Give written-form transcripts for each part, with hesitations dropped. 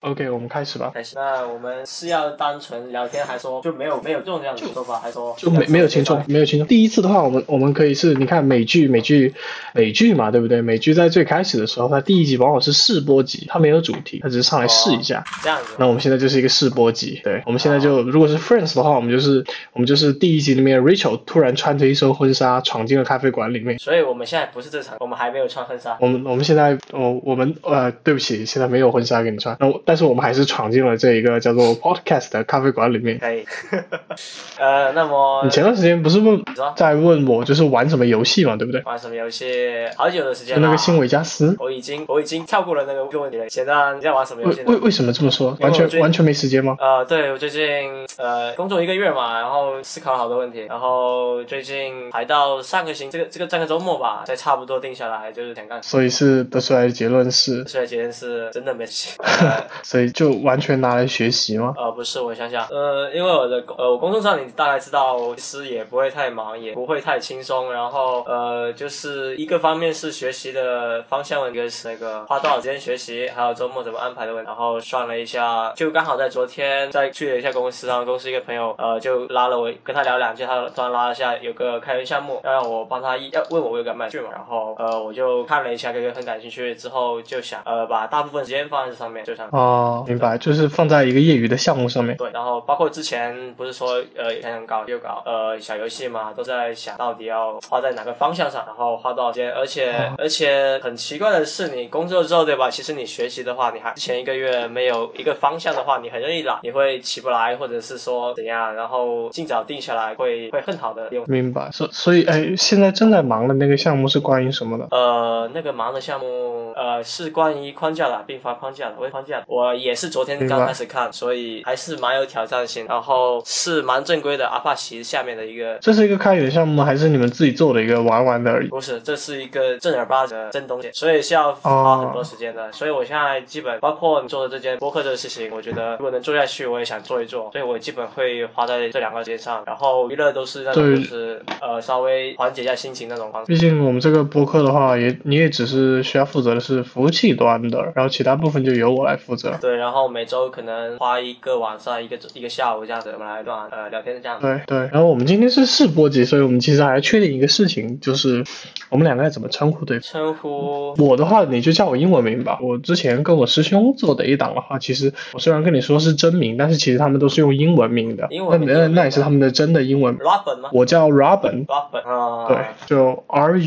OK， 我们开始吧。 开始。那我们是要单纯聊天，还说就没有这种这样的说法，还说就没有轻重。第一次的话，我们可以是，你看美剧嘛，对不对？美剧在最开始的时候，它第一集往往是试播集，它没有主题，它只是上来试一下。 这样子。 那我们现在就是一个试播集，对，我们现在就如果是 Friends 的话，我们就是第一集里面 Rachel 突然穿着一身婚纱闯进了咖啡馆里面。 所以我们现在不是这场，我们还没有穿婚纱。 我们现在对不起，现在没有婚纱给你穿。但是我们还是闯进了这一个叫做 Podcast 的咖啡馆里面。 可以。那么你前段时间不是在问我就是玩什么游戏嘛，对不对？ 玩什么游戏？好久的时间了。 就那个新维加斯。 我已经跳过了那个问题了。现在你在玩什么游戏呢？ 为什么这么说？完全没时间吗？ 对，我最近工作1个月嘛，然后思考了好多问题，然后最近排到上个周末吧，才差不多定下来就是想干。 所以是得出来的结论是真的没时间。 所以就完全拿来学习吗？ 不是，我想想，因为我工作上你大概知道，其实也不会太忙，也不会太轻松，然后就是一个方面是学习的方向问题，一个是那个花多少时间学习，还有周末怎么安排的问题。然后算了一下，就刚好在昨天再去了一下公司，然后公司一个朋友就拉了我跟他聊2句，他突然拉了一下有个开源项目，要让我帮他要问我有个卖剧嘛，然后我就看了一下，很感兴趣，之后就想把大部分时间放在这上面，就想明白，就是放在一个业余的项目上面。 对，然后包括之前不是说想搞小游戏嘛，都在想到底要花在哪个方向上，然后花多少时间，而且很奇怪的是，你工作之后对吧？其实你学习的话，你还前1个月没有一个方向的话，你很容易懒，你会起不来，或者是说怎样，然后尽早定下来会很好的用。 明白，所以现在正在忙的那个项目是关于什么的？ 那个忙的项目是关于框架的，并发框架的，我也是昨天刚开始看，所以还是蛮有挑战性，然后是蛮正规的阿帕奇下面的一个。 这是一个开源项目吗？还是你们自己做的一个玩的而已？ 不是，这是一个正儿八经的真东西，所以是要花很多时间的。所以我现在基本包括你做的这件播客这个事情，我觉得如果能做下去，我也想做一做，所以我基本会花在这2个时间上，然后娱乐都是那种就是稍微缓解一下心情那种方式。 毕竟我们这个播客的话，你也只是需要负责的是服务器端的，然后其他部分就由我来负责。 对，然后每周可能花1个晚上一个下午这样子，我们来聊天这样子。 对，然后我们今天是试播集，所以我们其实还确定一个事情，就是我们2个要怎么称呼对方。 称呼我的话你就叫我英文名吧。我之前跟我师兄做的一档的话，其实我虽然跟你说是真名，但是其实他们都是用英文名的。那也是他们的真的英文名。 Robin 吗？ 我叫 Robin。对，就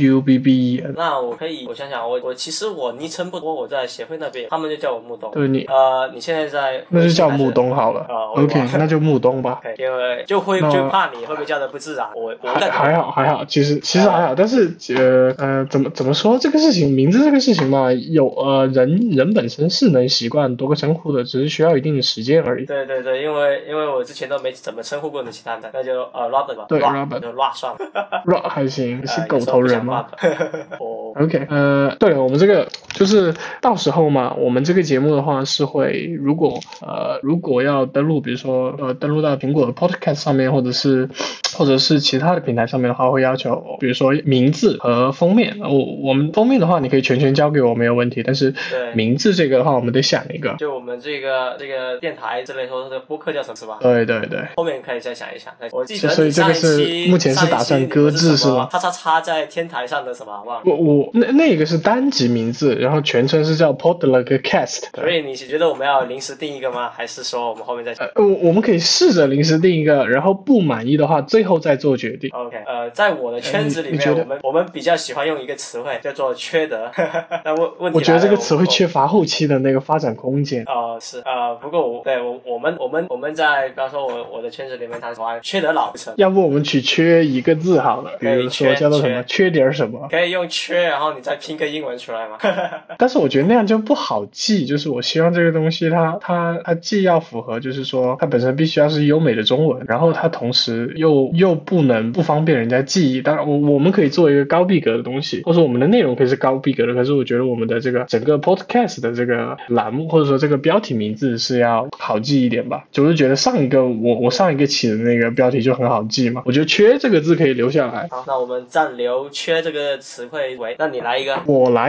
RUBBEN。 那我想想，我其实我昵称不多，我在协会那边，他们就叫我木东。 对你现在在那就叫木东好了。OK， 那就木东吧。 因为就怕你会不会叫的不自然。我还好，其实还好，但是怎么说这个事情，名字这个事情嘛，有人本身是能习惯多个称呼的，只是需要一定的时间而已。 对，因为我之前都没怎么称呼过你其他的，那就Robin 吧。 对 Robin 就 Rob 算了。 Rob 还行，是狗头人吗 ？OK， 对，我们这个就是到时候嘛，我们这个节目的话是会如果要登录，比如说登录到苹果的 Podcast 上面，或者是其他的平台上面的话，会要求比如说名字和封面。我们封面的话你可以全权交给我没有问题，但是名字这个的话我们得想一个。 就我们这个电台之类说这个播客叫什么是吧？ 对， 后面可以再想一想。我记得所以这个是目前是打算搁置是吗？ 叉在天台上的什么忘了。 我那个是单集名字，然后全称是叫 Podlagcast。 所以你是觉得我们要临时定一个吗？还是说我们后面再想？ 我们可以试着临时定一个，然后不满意的话最后再做决定。 OK，在我的圈子里面，我们比较喜欢用一个词汇叫做缺德。那问题我觉得这个词汇缺乏后期的那个发展空间。 是不过我们在比方说我的圈子里面，他说缺德老成。 要不我们取缺一个字好了，比如说叫做什么缺点什么， 可以用缺，然后你再拼个英文出来嘛。 但是我觉得那样就不好记，就是我希望这个东西它既要符合，就是说它本身必须要是优美的中文，然后它同时又不方便人家记忆。当然我们可以做一个高逼格的东西，或者说我们的内容可以是高逼格的，可是我觉得我们的这个整个 podcast 的这个栏目或者说这个标题名字是要好记一点吧。就是觉得上一个我上一个起的那个标题就很好记嘛，我觉得缺这个字可以留下来。 好，那我们暂留缺这个词汇为，那你来一个。 我来一个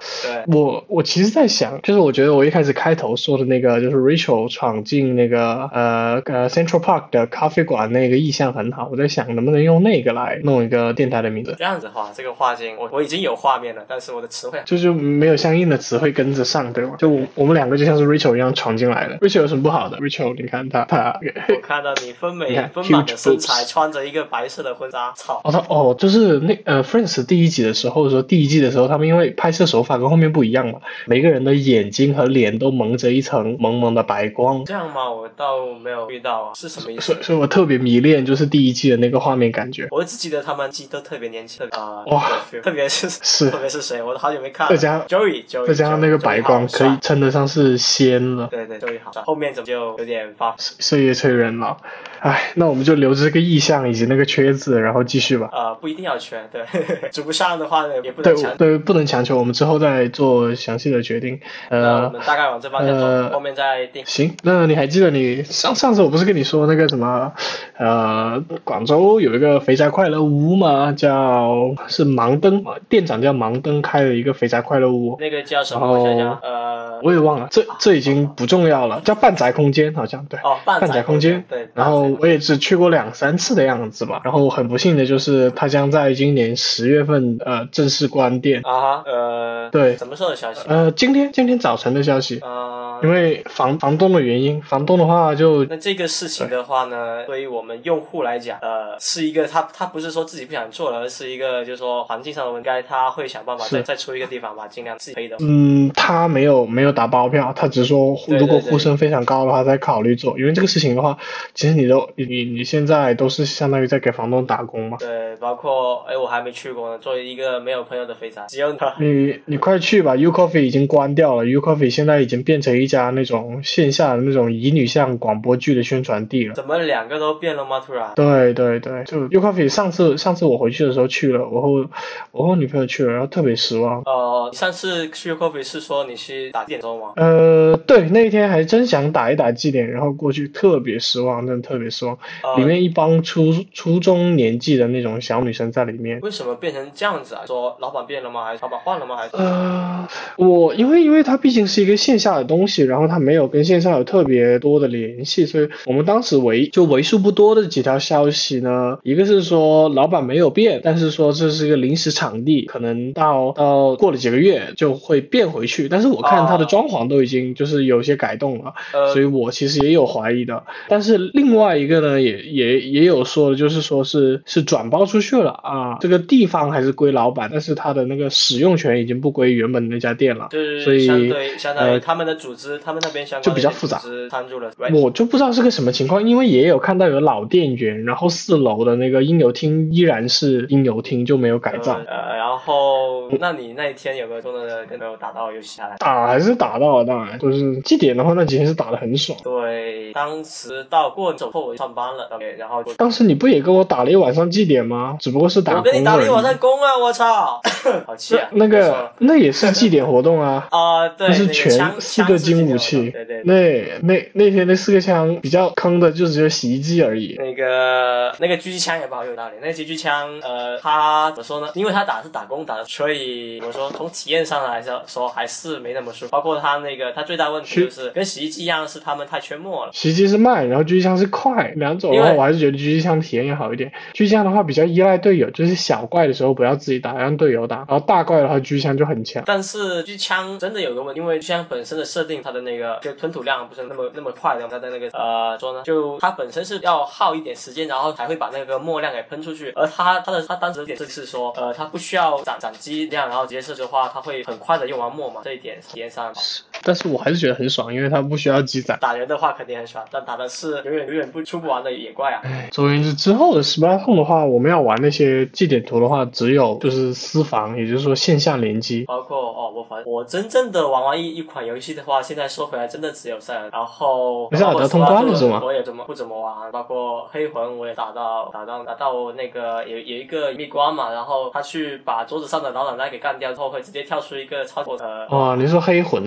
对， 我其实在想，就是我觉得我一开始开头说的那个，就是 Rachel 闯进那个Central Park 的咖啡馆那个意象很好，我在想能不能用那个来弄一个电台的名字。 这样子的话，这个画境我已经有画面了，但是我的词汇就没有相应的词汇跟着上，对吗？就我们两个就像是 Rachel 一样闯进来的。Rachel 有什么不好的 ？Rachel 你看他我看到你丰满的身材，穿着一个白色的婚纱，操！ 就是Friends 第一集的时候，说第一季的时候，他们因为拍摄手法跟后面不一样嘛，每个人的眼睛和脸都蒙着一层蒙蒙的白光。 这样吗？我倒没有遇到啊，是什么意思？ 所以我特别迷恋就是第一季的那个画面感觉。 我只记得他们都特别年轻哇， 特别是谁，我都好久没看了。 再加 Joey 再加上那个白光，可以称得上是仙了。 对，Joey 好帅，后面怎么就有点岁月催人老。唉，那我们就留着这个意象以及那个缺字，然后继续吧。 不一定要缺，对，组不上的话呢，也不能强。 对，不能强求，我们之后再做详细的决定。 那我们大概往这方向走，后面再定。 行，那你还记得你上次我不是跟你说那个什么广州有一个肥宅快乐屋吗？是盲灯，店长叫盲灯开了一个肥宅快乐屋。 那个叫什么？我想想， 我也忘了，这已经不重要了，叫半宅空间好像对。半宅空间。 对。 然后我也只去过2-3次的样子吧。然后很不幸的就是它将在今年10月份正式关店。对。 什么时候的消息？ 今天早晨的消息。因为房东的原因，房东的话就那这个事情的话呢，对于我们用户来讲，是一个他不是说自己不想做了，而是一个就是说环境上的问题，他会想办法再出一个地方吧，尽量自己可以的。 他没有打包票，他只是说如果呼声非常高的话再考虑做，因为这个事情的话，其实你现在都是相当于在给房东打工嘛。 对，包括我还没去过呢，作为一个没有朋友的肥宅，只有你快去吧 ，U Coffee 已经关掉了 ，U Coffee 现在已经变成一家那种线下的那种乙女向广播剧的宣传地了。 怎么2个都变了吗？突然？ 对，就 U Coffee 上次我回去的时候去了，我和女朋友去了，然后特别失望。 你上次去 U Coffee 是说你去打电钟吗？ 对，那一天还真想打一打绩点，然后过去特别失望，真的特别失望。里面一帮初中年纪的那种小女生在里面。 为什么变成这样子啊？说老板变了吗？还是老板换了吗？还是？ 因为它毕竟是一个线下的东西，然后它没有跟线上有特别多的联系，所以我们当时为数不多的几条消息呢，一个是说老板没有变，但是说这是一个临时场地，可能到过了几个月就会变回去，但是我看它的装潢都已经就是有些改动了，所以我其实也有怀疑的。但是另外一个呢，也有说的，就是说是转包出去了啊，这个地方还是归老板，但是它的那个使用权已经不归原本的那家店了，所以相当于他们的组织，他们那边相关的就比较复杂， 参入了。 我就不知道是个什么情况，因为也有看到有老店员，然后4楼的那个音游厅依然是音游厅，就没有改造。 然后那你那一天有没有真的跟朋友打到游戏下来？ 打还是打到了，当然就是绩点的话，那几天是打得很爽。 对，当时到过走后我上班了，然后当时你不也跟我打了一晚上绩点吗？只不过是打工。 我跟你打了一晚上工啊！我操，好气啊！ 那也是绩点活动啊。 对， 那是全4个金武器。 对。 那天那4个枪比较坑的就只有洗衣机而已。 那个狙击枪也不好有道理。那个狙击枪，它怎么说呢？因为它打工打的，所以我说从体验上来说还是没那么舒服。包括它最大问题就是跟洗衣机一样，是他们太缺墨了。 洗衣机是慢，然后狙击枪是快，两种的话我还是觉得狙击枪体验要好一点。狙击枪的话比较依赖队友，就是小怪的时候不要自己打，让队友打，然后大怪的话狙击枪就很强。 但是狙击枪真的有个问题，因为狙击枪本身的设定，它的那个就吞吐量不是那么快的，它的那个说呢，就它本身是要耗一点时间，然后才会把那个墨量给喷出去。而它当时的点是说，它不需要攒机量，然后直接设置的话，它会很快的用完墨嘛，这一点体验上。 但是我还是觉得很爽，因为它不需要积攒。 打人的话肯定很爽，但打的是永远出不完的野怪啊。 总而言之，之后的18痛的话，我们要玩那些绩点图的话，只有就是私房，也就是说线下联机。 包括我真正的玩完一款游戏的话，现在说回来真的只有赛尔，然后没想到通关了是吗？ 我也不怎么玩，包括黑魂我也打到那个有一个蜜瓜嘛，然后他去把桌子上的老奶奶给干掉之后，会直接跳出一个超火的。 你说黑魂是吗？ 对，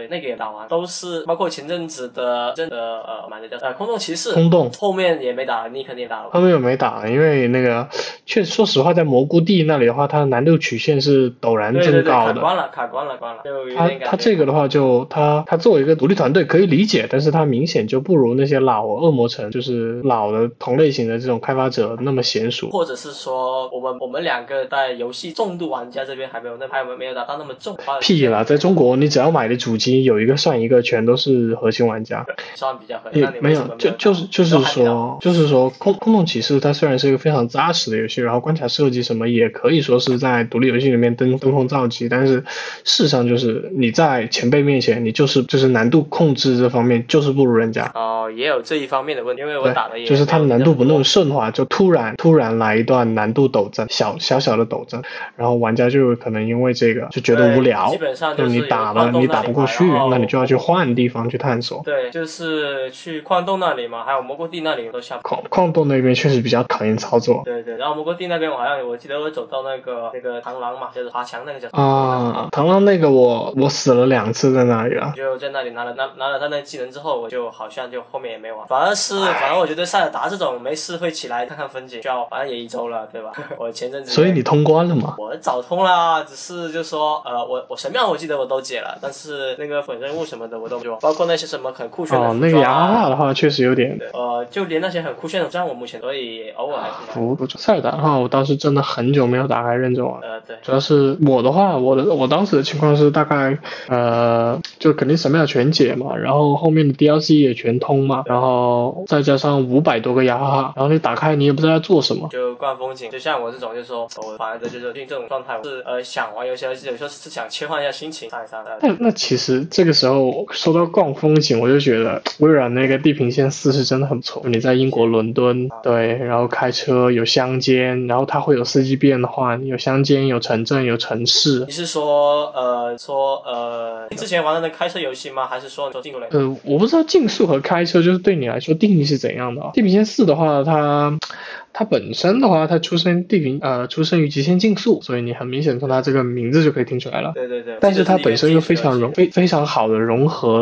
对，那个也打完，都是包括前阵子的买的叫空洞骑士， 空洞后面也没打，你肯定也打了。 后面有没打，因为那个确实说实话，在蘑菇地那里的话，它的难度曲线是陡然增高的。 对，卡关了，就有点感觉。 他这个的话就他作为一个独立团队可以理解，但是他明显就不如那些老恶魔城就是老的同类型的这种开发者那么娴熟， 或者是说我们两个在游戏重度玩家这边还没有达到那么重。 屁啦，在中国你只要买的主机有一个算一个，全都是核心玩家， 算比较核心。 没有，就是说空洞骑士它虽然是一个非常扎实的游戏，然后关卡设计什么也可以说是在独立游戏里面登峰造极，但是事实上就是你在前辈面前，你就是难度控制这方面就是不如人家。 也有这一方面的问题，因为我打的也就是它的难度不那么顺滑，就突然来一段难度陡增，小的陡增，然后玩家就可能因为这个就觉得无聊， 基本上就是你打不过去，那你就要去换地方去探索。 对，就是去矿洞那里嘛，还有蘑菇地那里都下矿洞那边确实比较考验操作。 对，然后蘑菇地那边我记得我走到那个螳螂嘛，就是爬墙那个叫螳螂那个我死了2次在那里了， 就在那里拿了他那技能之后，我就好像就后面也没玩，反而我觉得塞尔达这种没事会起来看看风景，反正也1周了，对吧？我前阵子所以你通关了吗？ 我早通啦，只是就说我神庙我记得我都解了，但是那个本任务什么的我都没有，包括那些什么很酷炫的那个雅哈哈的话确实有点就连那些很酷炫的装我目前所以偶尔还是塞尔达的话，我当时真的很久没有打开认真玩。 对， 主要是我的话，我当时的情况是大概就肯定神庙全解嘛，然后后面的 DLC 也全通嘛，然后再加上500多个雅哈哈，然后你打开你也不知道要做什么， 就逛风景。就像我这种，就是说我反而就是这种状态，我是想玩游戏，有时候是想切换一下心情，上一上。 那其实这个时候说到逛风景，我就觉得微软那个地平线4是真的很不错。你在英国伦敦，对，然后开车有乡间，然后它会有四季变换，有乡间，有城镇，有城市。 你是说之前玩的那开车游戏吗？还是说竞速类？ 我不知道竞速和开车就是对你来说定义是怎样的。地平线4的话，它本身的话，它出生于极限竞速，所以你很明显从它这个名字就可以听出来了。 对。 但是它本身又非常好的融合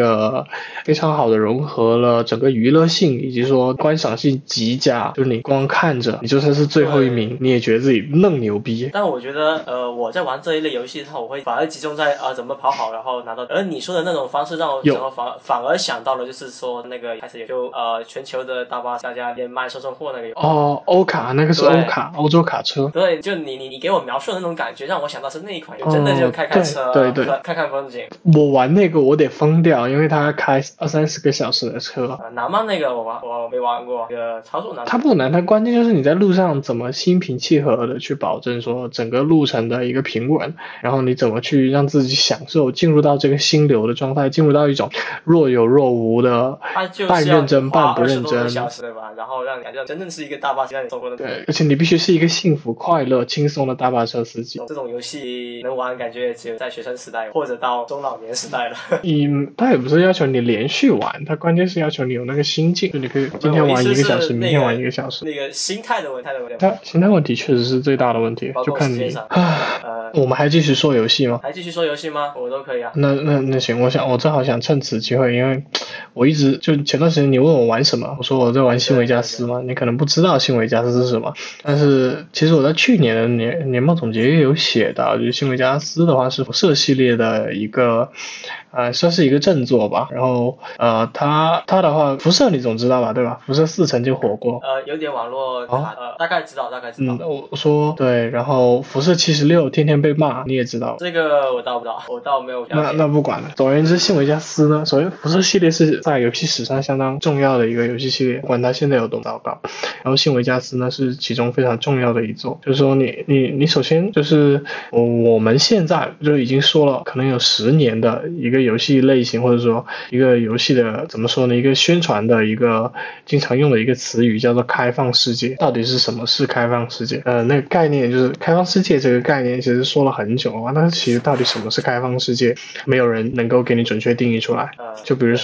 了整个娱乐性以及说观赏性极佳，就是你光看着，你就算是最后一名，你也觉得自己愣牛逼。 但我觉得我在玩这一类游戏的话，我会反而集中在怎么跑好，然后拿到。而你说的那种方式让我反而想到了，就是说那个开始就全球的大巴大家连麦收送货那个欧卡，那个是欧卡，欧洲卡车。 对，就你给我描述的那种感觉，让我想到是那一款，真的就开车， 对， 看风景。 我玩那个我得疯掉，因为他开20-30个小时的车。 难吗？那个我没玩过，那个操作难。 它不难，它关键就是你在路上怎么心平气和的去保证说整个路程的一个平稳，然后你怎么去让自己享受进入到这个心流的状态，进入到一种若有若无的半认真半不认真， 小时对吧？然后让你感觉真正是一个大巴车让你走过的。 对，而且你必须是一个幸福、快乐、轻松的大巴车司机。 这种游戏能玩，感觉只有在学生时代或者到中老年时代了。 它也不是要求你连续玩，它关键是要求你有那个心境，就你可以今天玩1个小时，明天玩1个小时。 那个心态的问题， 它心态问题确实是最大的问题，就看你。我们还继续说游戏吗？ 还继续说游戏吗？我都可以啊。 那行，我正好想趁此机会，因为我一直就前段时间你问我玩什么，我说我在玩新维加斯嘛，你可能不知道新维加斯是什么，但是其实我在去年的年末总结也有写到，就是新维加斯的话是辐射系列的一个算是一个正作吧。然后它的话，辐射你总知道吧，对吧？辐射4曾经火过。 有点网络大概知道。 我说对，然后辐射76天天被骂，你也知道。 这个我倒不知道，我倒没有。 那不管了。总而言之，新维加斯呢，首先辐射系列是在游戏史上相当重要的一个游戏系列，不管它现在有多糟糕。然后新维加斯呢是其中非常重要的一作，就是说你首先就是我们现在就已经说了，可能有10年的一个游戏类型，或者说一个游戏的怎么说呢，一个宣传的一个经常用的一个词语叫做开放世界。到底是什么是开放世界？那个概念就是开放世界这个概念其实说了很久啊，但是其实到底什么是开放世界，没有人能够给你准确定义出来。就比如说很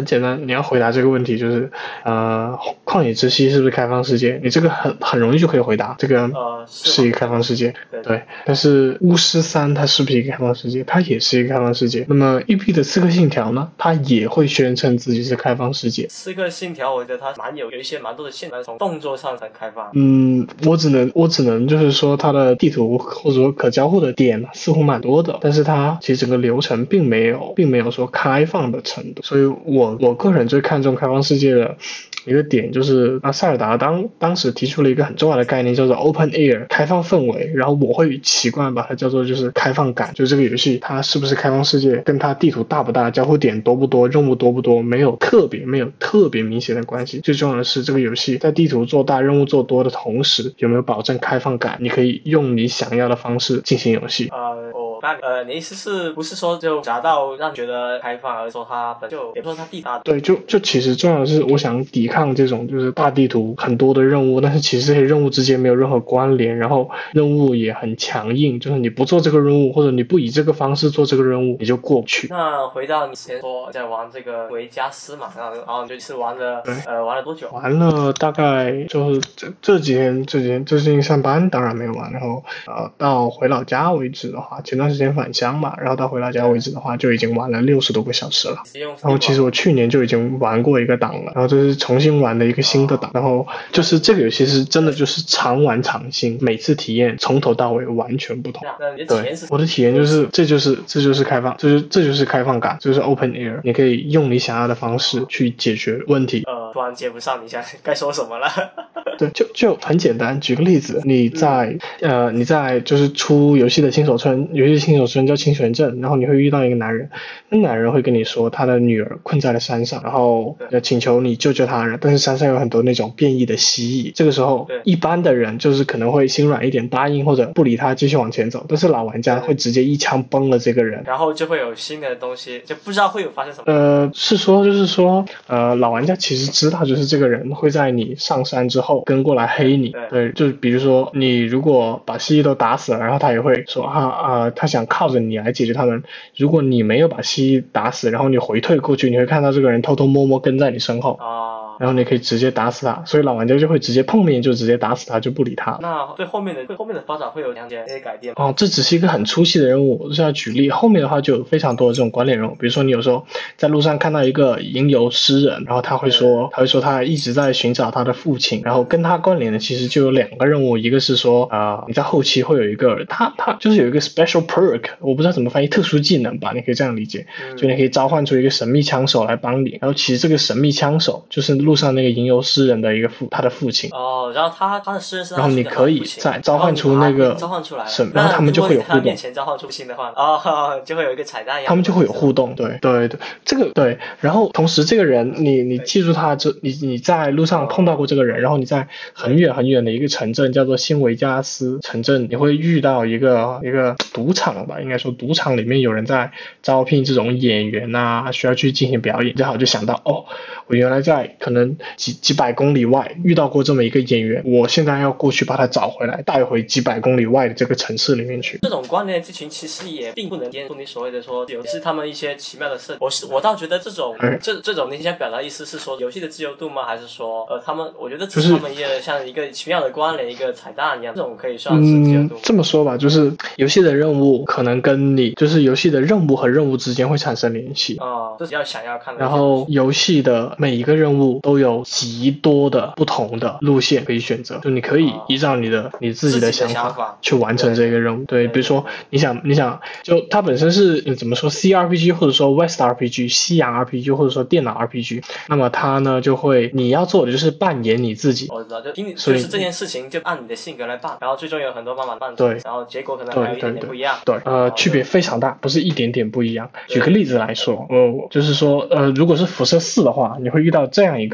很简单，你要回答这个问题就是旷野之息是不是开放世界？你这个很容易就可以回答，这个是一个开放世界，对。但是巫师3它是不是一个开放世界？它也是一个开放世界。那么育碧的刺客信条呢？它也会宣称自己是开放世界。 刺客信条我觉得它有一些蛮多的限制，从动作上很开放。 我只能就是说它的地图或者说可交互的点似乎蛮多的，但是它其实整个流程并没有说开放的程度。所以我个人最看重开放世界的一个点就是塞尔达当时提出了一个很重要的概念，叫做 open air 开放氛围，然后我会习惯把它叫做就是开放感，就是这个游戏它是不是开放世界跟它地图大不大、交互点多不多、任务多不多没有特别明显的关系。最重要的是这个游戏在地图做大、任务做多的同时有没有保证开放感，你可以用你想要的方式进行游戏。 你的意思是不是说就达到让你觉得开放，而是说它本就也不说它地大？ 对，就其实重要的是我想抵抗这种就是大地图很多的任务，但是其实这些任务之间没有任何关联，然后任务也很强硬，就是你不做这个任务或者你不以这个方式做这个任务你就过不去。 那回到你之前说在玩这个维加斯嘛，然后你就是玩了多久？ 玩了大概就是这几天最近上班当然没有玩，然后到回老家为止的话，前段时间返乡嘛，然后到回老家为止的话就已经玩了60多个小时了。然后其实我去年就已经玩过一个档了，然后这是重新玩的一个新的档，然后就是这个游戏是真的就是常玩常新，每次体验从头到尾完全不同。对，我的体验就是这就是开放，这就是开放感，就是 open air， 你可以用你想要的方式去解决问题。 突然接不上你现在该说什么了。 对，就很简单，举个例子，你在就是出游戏的新手村，游戏新手村叫清泉镇，然后你会遇到一个男人，那男人会跟你说他的女儿困在了山上，然后请求你救救他，但是山上有很多那种变异的蜥蜴，这个时候一般的人就是可能会心软一点答应或者不理他继续往前走，但是老玩家会直接一枪崩了这个人， 然后就会有新的东西，就不知道会有发生什么。 就是说老玩家其实知道就是这个人会在你上山之后跟过来黑你。对，就是比如说你如果把蜥蜴都打死了，然后他也会说他想靠着你来解决他们。如果你没有把蜥蜴打死，然后你回退过去，你会看到这个人偷偷摸摸跟在你身后然后你可以直接打死他，所以老玩家就会直接碰面就直接打死他，就不理他。 那对后面的发展会有两些改变这只是一个很粗细的任务，我就是要举例。后面的话就有非常多的这种关联任务，比如说你有时候在路上看到一个吟游诗人，然后他会说他一直在寻找他的父亲，然后跟他关联的其实就有2个任务，一个是说你在后期会有一个他就是有一个 special perk， 我不知道怎么翻译，特殊技能吧，你可以这样理解，就你可以召唤出一个神秘枪手来帮你，然后其实这个神秘枪手就是路上那个吟游诗人的他的父亲然后他的诗人是他的父亲， 然后你可以再召唤出那个召唤出来， 然后他们就会有互动， 面前召唤出新的话就会有一个彩蛋一样， 他们就会有互动。对，这个对。然后同时这个人你记住他，你在路上碰到过这个人，然后你在很远很远的一个城镇叫做新维加斯城镇，你会遇到一个赌场吧，应该说赌场里面有人在招聘这种演员需要去进行表演，正好就想到我原来在可能几百公里外遇到过这么一个演员，我现在要过去把他找回来，带回几百公里外的这个城市里面去。 这种关联的剧情其实也并不能颠覆你所谓的说游戏他们一些奇妙的设计。我倒觉得这种你想表达意思是说游戏的自由度吗？还是说我觉得只是他们一个像一个奇妙的关联，一个彩蛋一样，这种可以算是自由度。 这么说吧，就是游戏的任务可能跟你就是游戏的任务和任务之间会产生联系这是要想要看的。 然后游戏的每一个任务都有极多的不同的路线可以选择，就你可以依照你自己的想法去完成这个任务。对，比如说你想就它本身是怎么说 CRPG 或者说 West RPG 西洋 RPG 或者说电脑 RPG， 那么它呢就会你要做的就是扮演你自己。 我知道，就是这件事情就按你的性格来办，然后最终有很多办法办出，然后结果可能还有一点点不一样。 对，区别非常大，不是一点点不一样。举个例子来说，就是说如果是辐射4的话，你会遇到这样一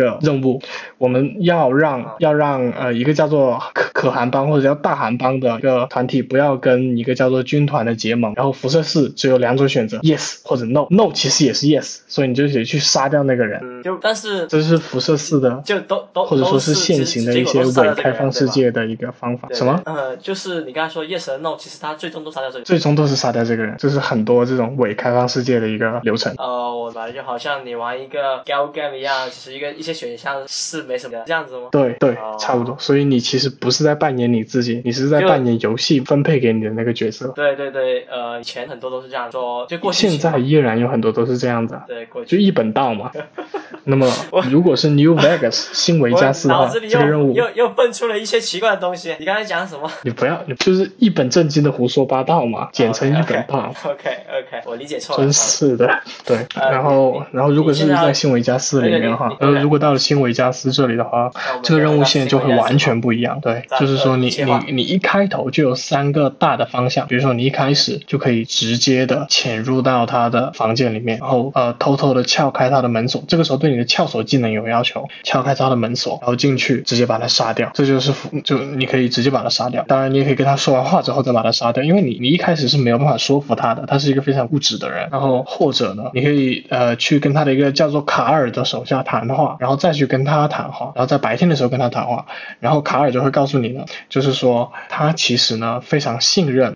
个任务，我们要让一个叫做可汗帮或者叫大汗帮的一个团体不要跟一个叫做军团的结盟，然后辐射4只有2种选择 yes 或者 no 其实也是 yes， 所以你就得去杀掉那个人。 但是这是辐射4的就都或者说是现行的一些伪开放世界的一个方法。什么？ 就是你刚才说 yes 和 no， 其实他最终都杀掉这个人。 最终都是杀掉这个人，这是很多这种伪开放世界的一个流程。 我玩就好像你玩一个 game 一样，其实一些选项是没什么的，这样子吗？ 对，差不多。所以你其实不是在扮演你自己，你是在扮演游戏分配给你的那个角色。 对，以前很多都是这样说，就过去现在依然有很多都是这样子。 对，过去就一本道嘛。那么如果是 New Vegas 新维加斯的话，这个任务又蹦出了一些奇怪的东西。你刚才讲什么？ 你不要，就是一本正经的胡说八道嘛，简称一本道。 OK， 我理解错了。 真是的，对。然后如果是在新维加斯里面的话，如果到了新维加斯这里的话，这个任务线就会完全不一样。对，就是说你一开头就有3个大的方向，比如说你一开始就可以直接的潜入到他的房间里面，然后偷偷的撬开他的门锁，这个时候对你的撬锁技能有要求，撬开他的门锁，然后进去直接把他杀掉，这就你可以直接把他杀掉。当然你也可以跟他说完话之后再把他杀掉，因为你一开始是没有办法说服他的，他是一个非常固执的人。然后或者呢，你可以去跟他的一个叫做卡尔的手下谈话，然后再去跟他谈话，然后在白天的时候跟他谈话，然后卡尔就会告诉你呢，就是说他其实呢非常信任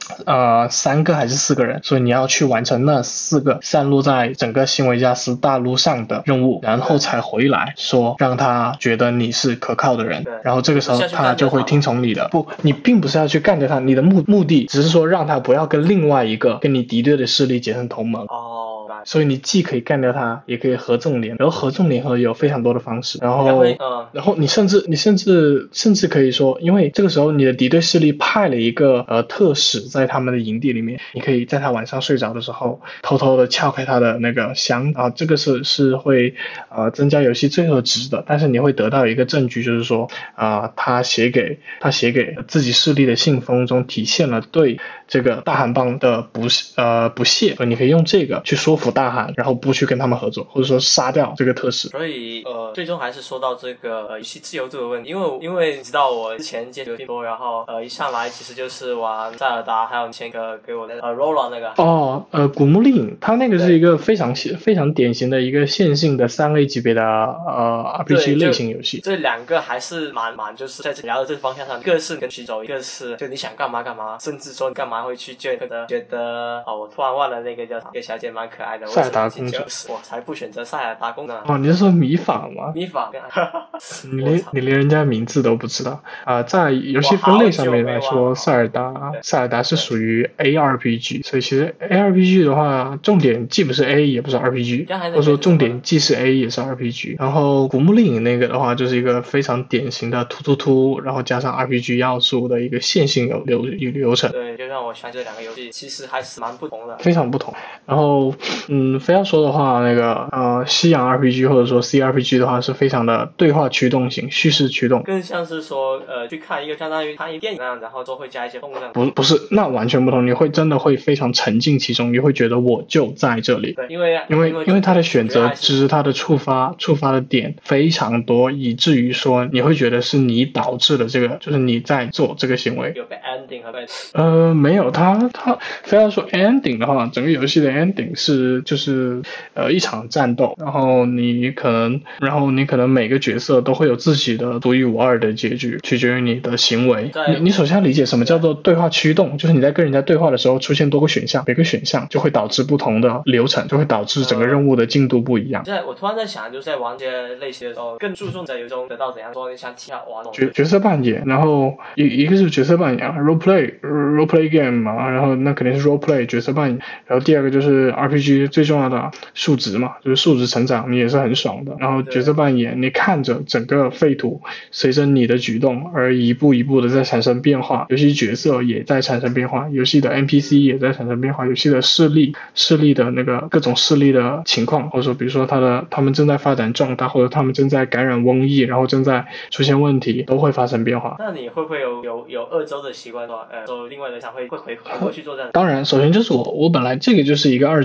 3个还是4个人，所以你要去完成那4个散落在整个新维加斯大陆上的任务，然后才回来说让他觉得你是可靠的人，然后这个时候他就会听从你的。不，你并不是要去干掉他，你的目的只是说让他不要跟另外一个跟你敌对的势力结成同盟。所以你既可以干掉他，也可以合纵联，然后合纵联合有非常多的方式，然后你甚至可以说，因为这个时候你的敌对势力派了一个特使在他们的营地里面，你可以在他晚上睡着的时候偷偷的撬开他的那个箱这个是会增加游戏罪恶值的，但是你会得到一个证据，就是说他写给自己势力的信封中体现了对这个大汗帮的不屑，所以你可以用这个去说服大汗，然后不去跟他们合作，或者说杀掉这个特使。 所以最终还是说到这个游戏自由度的问题，因为你知道我之前接触多，然后一上来其实就是玩塞尔达，还有前个给我的Rolla 那个古墓丽影，它那个是一个非常典型的一个线性的3A 级别的RPG 类型游戏。 这2个还是蛮就是在聊的这个方向上，一个是跟徐走，一个是就你想干嘛干嘛，甚至说你干嘛会去觉得我突然忘了那个叫一个小姐蛮可爱的塞尔达公主， 我才不选择塞尔达公主呢。 你是说米法吗？ 米法你连人家名字都不知道在游戏分类上面来说，塞尔达是属于 ARPG， 所以其实 ARPG 的话，重点既不是 A 也不是 RPG， 或者说重点既是 A 也是 RPG。然后古墓丽影那个的话，就是一个非常典型的突，然后加上 RPG 要素的一个线性流程。 对，就让我想这2个游戏其实还是蛮不同的， 非常不同。然后非要说的话，那个西洋 RPG 或者说 CRPG 的话，是非常的对话驱动型，叙事驱动， 更像是说去看一个相当于看一个电影那样，然后都会加一些动作。 不是，那完全不同。你会真的会非常沉浸其中，你会觉得我就在这里。 对，因为它的选择之它的触发的点非常多，以至于说你会觉得是你导致了这个，就是你在做这个行为。 有被 ending 和没有，他非要说 ending 的话，整个游戏的 ending 是就是一场战斗，然后你可能每个角色都会有自己的独一无二的结局，取决于你的行为。你首先要理解什么叫做对话驱动，就是你在跟人家对话的时候出现多个选项，每个选项就会导致不同的流程，就会导致整个任务的进度不一样。 我突然在想，就是在玩这些类型的时候，更注重在游中得到怎样说，你想体验玩角色扮演，然后一个是角色扮演 role play game 嘛，然后那肯定是 role play 角色扮演，然后第二个就是 RPG 最重要的数值嘛，就是数值成长，你也是很爽的。然后角色扮演，你看着整个废土随着你的举动而一步一步的在产生变化，游戏角色也在产生变化，游戏的 NPC 也在产生变化，游戏的势力的那个各种势力的情况，或者说比如说他们正在发展壮大，或者他们正在感染瘟疫，然后正在出现问题，都会发生变化。 那你会不会有2周的习惯说另外的想会回过去做这样？ 当然，首先就是我本来这个就是一个2周目，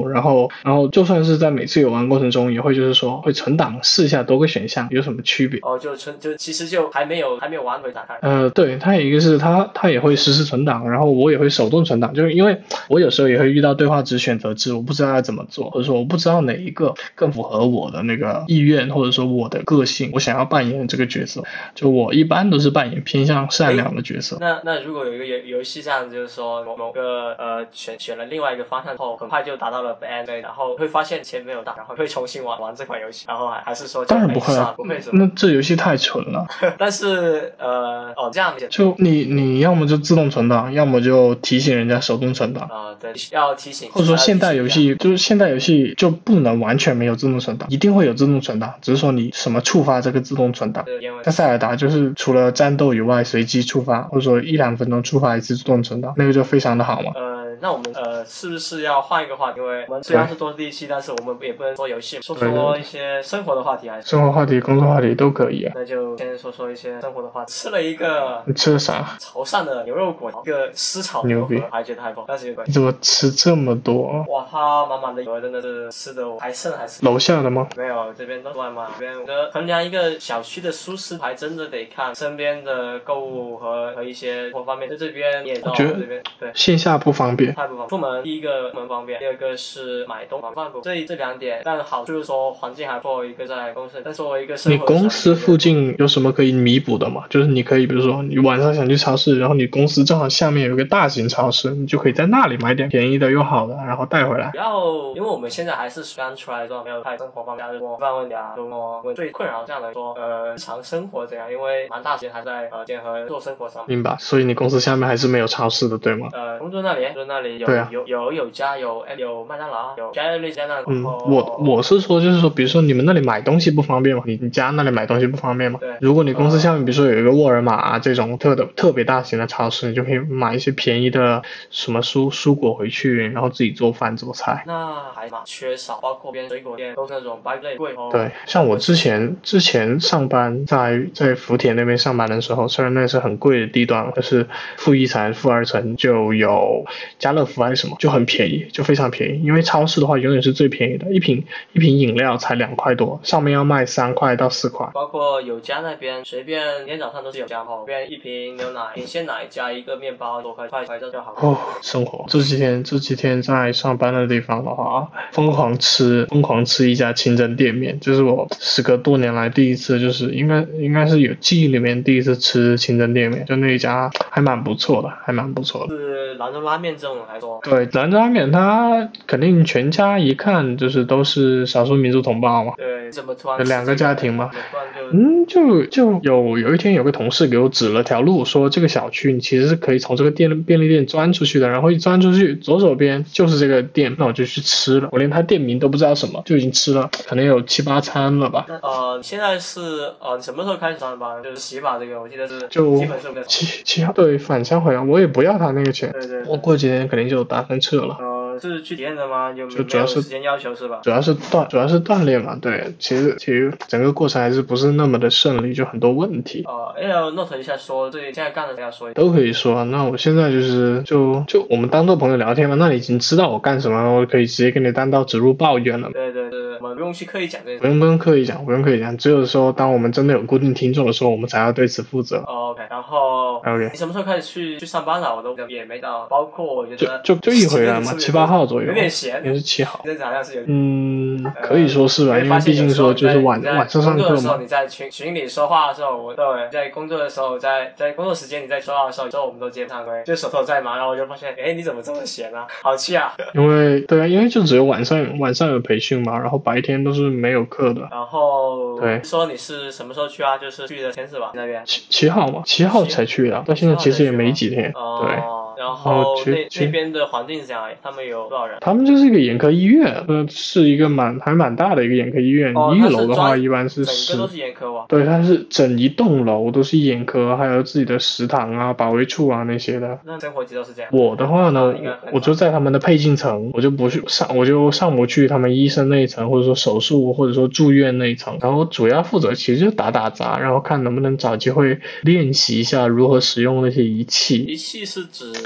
然后就算是在每次游玩过程中，也会就是说会存档试一下多个选项有什么区别。 就其实就还没有玩会打开。 对，它有一个是它也会实时存档，然后我也会手动存档，就是因为我有时候也会遇到对话值选择制，我不知道要怎么做，或者说我不知道哪一个更符合我的那个意愿，或者说我的个性，我想要扮演这个角色，就我一般都是扮演偏向善良的角色。 那如果有一个游戏这样，就是说某个选了另外一个方向后，很快就达到了 end， 然后会发现钱没有到，然后会重新玩这款游戏，然后还是说当然不会不会什么？ 那这游戏太蠢了。 但是这样就你要么就自动存档，要么就提醒人家手动存档。 对，要提醒。 或者说现代游戏就不能完全没有自动存档，一定会有自动存档，只是说你什么触发这个自动存档。但塞尔达就是除了战斗以外随机触发，或者说1-2分钟触发一次自动存档，那个就非常的好嘛。 那我们是不是要换一个话题？因为我们虽然是多地气，但是我们也不能说游戏，说一些生活的话题还是生活话题、工作话题都可以啊。 那就先说一些生活的话题。吃了一个， 你吃了啥？ 潮汕的牛肉果，一个湿炒牛河，还觉得还不错，但是有你怎么吃这么多？ 哇，它满满的油，真的是吃的还剩。 楼下的吗？ 没有，这边都是外卖。这边我觉得衡量一个小区的舒适，还真的得看身边的购物和一些生活方面。在这边你也知道，这边对线下不方便， 太不方便。出门第一个门方便，第二个是买东西方便，这两点。但好处就是说环境还不错，一个在公司，但作为一个生活， 你公司附近有什么可以弥补的吗？就是你可以比如说你晚上想去超市，然后你公司正好下面有一个大型超市，你就可以在那里买点便宜的又好的，然后带回来。 因为我们现在还是刚出来之后，没有太生活方面，就是说饭问题啊，问最困扰这样来说，日常生活怎样？因为蛮大时间还在结合做生活上。 明白。所以你公司下面还是没有超市的，对吗？ 工作那里有家有麦当劳，有家乐家那。 我是说就是说，比如说你们那里买东西不方便吗？你家那里买东西不方便吗？ 对。 如果你公司下面比如说有一个沃尔玛这种特别大型的超市，你就可以买一些便宜的什么蔬果回去，然后自己做饭做菜。 那还蛮缺少，包括边水果店都是那种白类贵。 对，像我之前上班在福田那边上班的时候，虽然那是很贵的地段，但是负一层负二层就有家乐福还是什么，就很便宜，就非常便宜。因为超市的话永远是最便宜的，一瓶饮料才2块多，上面要卖3块到4块。 包括有家那边随便每天早上都是有家后，边一瓶牛奶、一鲜奶加一个面包多块这就好。 生活这几天在上班的地方的话，疯狂吃一家清真店面，就是我时隔多年来第一次，就是应该是有记忆里面第一次吃清真店面，就那一家还蛮不错的。 是兰州拉面这种来说， 对，兰州拉面它肯定全家一看就是都是少数民族同胞嘛。 对，怎么突然 2个家庭嘛。就有一天有个同事给我指了条路，说这个小区你其实是可以从这个便利店钻出去的，然后一钻出去左手边就是这个店，那我就去吃了。我连他店名都不知道什么，就已经吃了，可能有7-8餐了吧。 现在是什么时候开始上班？就是洗发这个，我记得是就基本是 7号对返乡回来，我也不要他那个钱。 对， 我过几天肯定就打算撤了。 是去体验的吗？就主要是时间要求是吧？ 主要是锻炼嘛，对，其实整个过程还是不是那么的顺利，就很多问题。 要 note 一下说，对，现在干的要说都可以说。那我现在就是就我们当做朋友聊天嘛，那你已经知道我干什么了，我可以直接跟你单刀直入抱怨了。 对，我们不用去刻意讲这个。 不用刻意讲，只有说当我们真的有固定听众的时候，我们才要对此负责。 OK， 然后 OK， 你什么时候开始去上班了？我都也没到，包括我觉得就一回来嘛，7-8号左右， 有点闲， 也是7号。 这好像是有可以说是吧，因为毕竟说就是晚上上课嘛。 你在群里说话的时候，在工作的时候，在工作时间你在说话的时候，有时候我们都接不上规，就手头在忙，然后我就发现，你怎么这么闲啊？好气啊！因为就只有晚上有培训嘛，然后白天都是没有课的。 然后对，说你是什么时候去啊？就是去的天是吧？那边 7号嘛，7号才去的，到现在其实也没几天。对。 然后那边的环境是怎样？他们有多少人？ 他们就是一个眼科医院，是一个还蛮大的一个眼科医院。1楼的话一般是整个都是眼科吧？ 对，它是整一栋楼都是眼科，还有自己的食堂啊、保卫处啊那些的。 那生活节奏是这样。 我的话呢，我就在他们的配镜层，我就上不去他们医生那一层，或者说手术或者说住院那一层，然后主要负责其实就打杂，然后看能不能找机会练习一下如何使用那些仪器。 仪器是指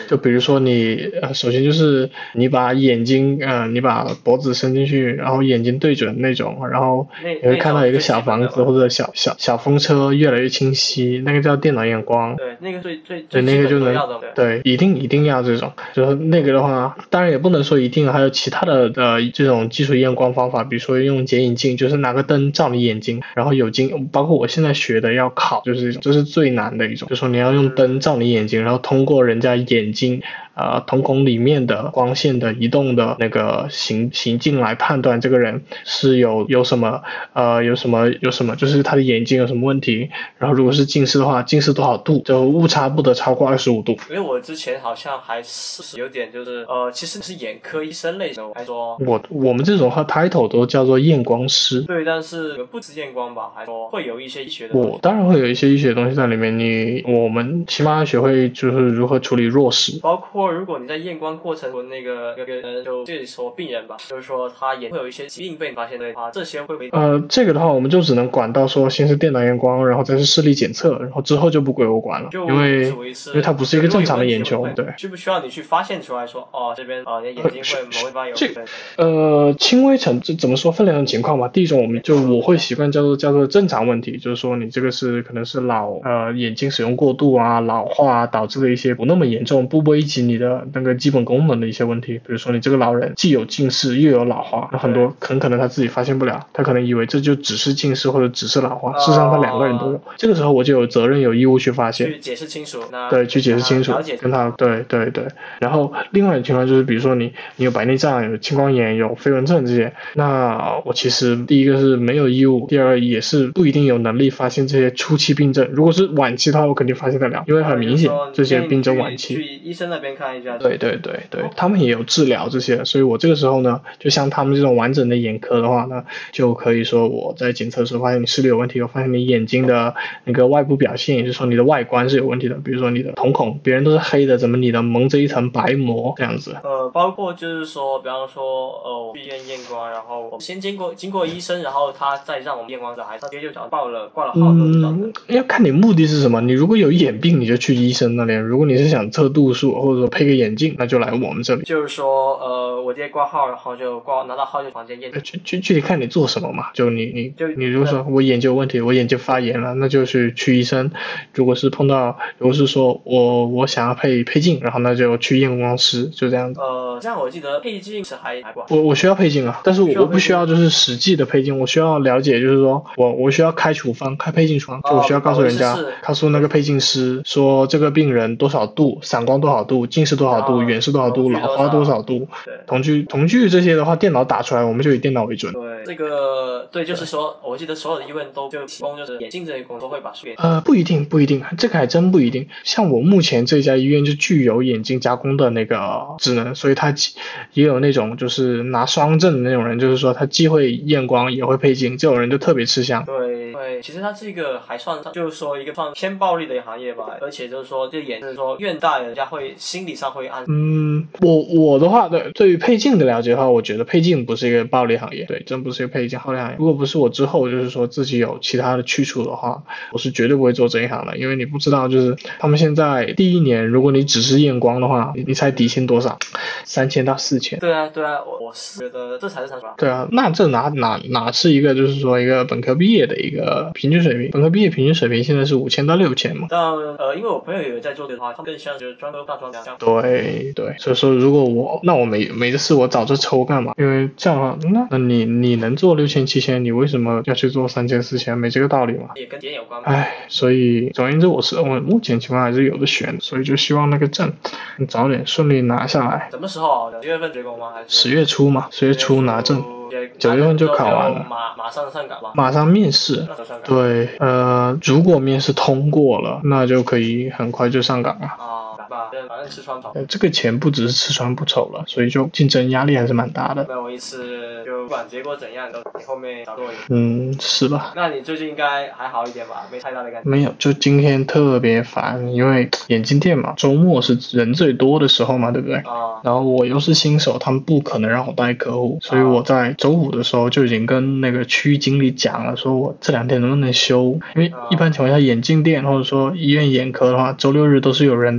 就比如说你首先就是你把眼睛你把脖子伸进去，然后眼睛对准那种，然后你会看到一个小房子或者小风车越来越清晰，那个叫电脑验光。 对，那个最对，那个就能对， 一定要这种。就是那个的话，当然也不能说一定，还有其他的这种技术验光方法，比如说用剪影镜，就是拿个灯照你眼睛，然后有镜，包括我现在学的要考，就是这种，这是最难的一种，就是说你要用灯照你眼睛，然后通过人家眼睛瞳孔里面的光线的移动的那个行径来判断这个人是有什么就是他的眼睛有什么问题，然后如果是近视的话，近视多少度，就误差不得超过25度。 因为我之前好像还是有点就是其实你是眼科医生类的，还说我们这种title 都叫做验光师。 对，但是不止验光吧，还说会有一些医学的我当然会有一些医学的东西在里面，我们起码要学会就是如何处理弱视， 包括如果你在验光过程中那个就是说病人吧，就是说他眼会有一些疾病被你发现的话，这些会不会这个的话我们就只能管到说先是电脑验光，然后再是视力检测，然后之后就不归我管了，因为它不是一个正常的眼球。对， 需不需要你去发现出来说这边你的眼睛会某一方有轻微程怎么说分两种情况吧。第一种我会习惯叫做正常问题，就是说你这个是可能是眼睛使用过度啊老化导致的一些不那么严重不危及你的那个基本功能的一些问题，比如说你这个老人既有近视又有老化，很多很可能他自己发现不了，他可能以为这就只是近视或者只是老化，事实上他两个人都有，这个时候我就有责任有义务去发现， 去解释清楚， 对，去解释清楚，跟他对。然后另外的情况就是比如说你有白内障有青光眼有飞蚊症这些，那我其实第一个是没有义务，第二个也是不一定有能力发现这些初期病症，如果是晚期的话我肯定发现得了，因为很明显这些病症晚期去医生那边看一下。 对，他们也有治疗这些，所以我这个时候呢就像他们这种完整的眼科的话呢，就可以说我在检测的时候发现你视力有问题，我发现你眼睛的那个外部表现，也就是说你的外观是有问题的，比如说你的瞳孔别人都是黑的，怎么你的蒙着一层白膜这样子。 包括就是说比方说我去验光，然后我先经过医生，然后他再让我们验光的，还是他直接就挂了号要看你目的是什么，你如果有眼病你就去医生那里，如果你是想测度数或者说配个眼镜，那就来我们这里。 就是说我直接挂号，然后就拿到号就房间验。 具体看你做什么嘛，就你如果说我眼睛有问题，我眼睛发炎了，那就去医生。如果是说我想要配镜，然后那就去验光师，就这样子。 这样我记得配镜是还管。 我需要配镜啊，但是我不需要就是实际的配镜，我需要了解就是说我需要开处方开配镜处方，就我需要告诉人家告诉那个配镜师说这个病人多少度，散光多少度，近视多少度，远视多少度，老花多少度，瞳距这些的话电脑打出来我们就以电脑为准。 对，这个对，就是说我记得所有的医院都就提供就是眼镜这些工作会把数给不一定，这个还真不一定。像我目前这家医院就具有眼镜加工的那个职能，所以他也有那种就是拿双证的那种人，就是说他既会验光也会配镜，这种人就特别吃香。 对，其实他这个还算就是说一个算偏暴利的行业吧，而且就是说这眼就是说院大人家会心理上会安。 我的话对于配镜的了解的话，我觉得配镜不是一个暴利行业，对，真不是一个配镜暴利行业。如果不是我之后就是说自己有其他的去处的话，我是绝对不会做这一行的，因为你不知道就是他们现在第一年如果你只是验光的话，你猜底薪多少？3000到4000。 对啊，我是觉得这才是吧。 对啊，那这哪是一个就是说一个本科毕业的一个平均水平？本科毕业平均水平现在是5000到6000嘛。 但因为我朋友有在做这个的话，他们更像就是专科大专这样。 对，所以说如果我没的事我早就抽干嘛？因为这样的话，那你能做6000、7000，你为什么要去做3000、4000？没这个道理嘛。 也跟点有关。 所以总而言之，我目前情况还是有的选，所以就希望那个证你早点顺利拿下来。 什么时候？10月份结果吗？还是 10月初嘛？10月初拿证，9月份就考完了， 马上上岗吧。 马上面试。对，如果面试通过了，那就可以很快就上岗了。 反正吃穿跑。 这个钱不只是吃穿不愁了，所以就竞争压力还是蛮大的。 那我意思就不管结果怎样，你后面找多一点。是吧？ 那你最近应该还好一点吧？没太大的感觉。 没有，就今天特别烦，因为眼镜店嘛，周末是人最多的时候嘛，对不对？然后我又是新手，他们不可能让我带客户，所以我在周五的时候就已经跟那个区域经理讲了，说我这2天能不能休？因为一般情况下眼镜店或者说医院眼科的话，周6日都是有人的，然后他们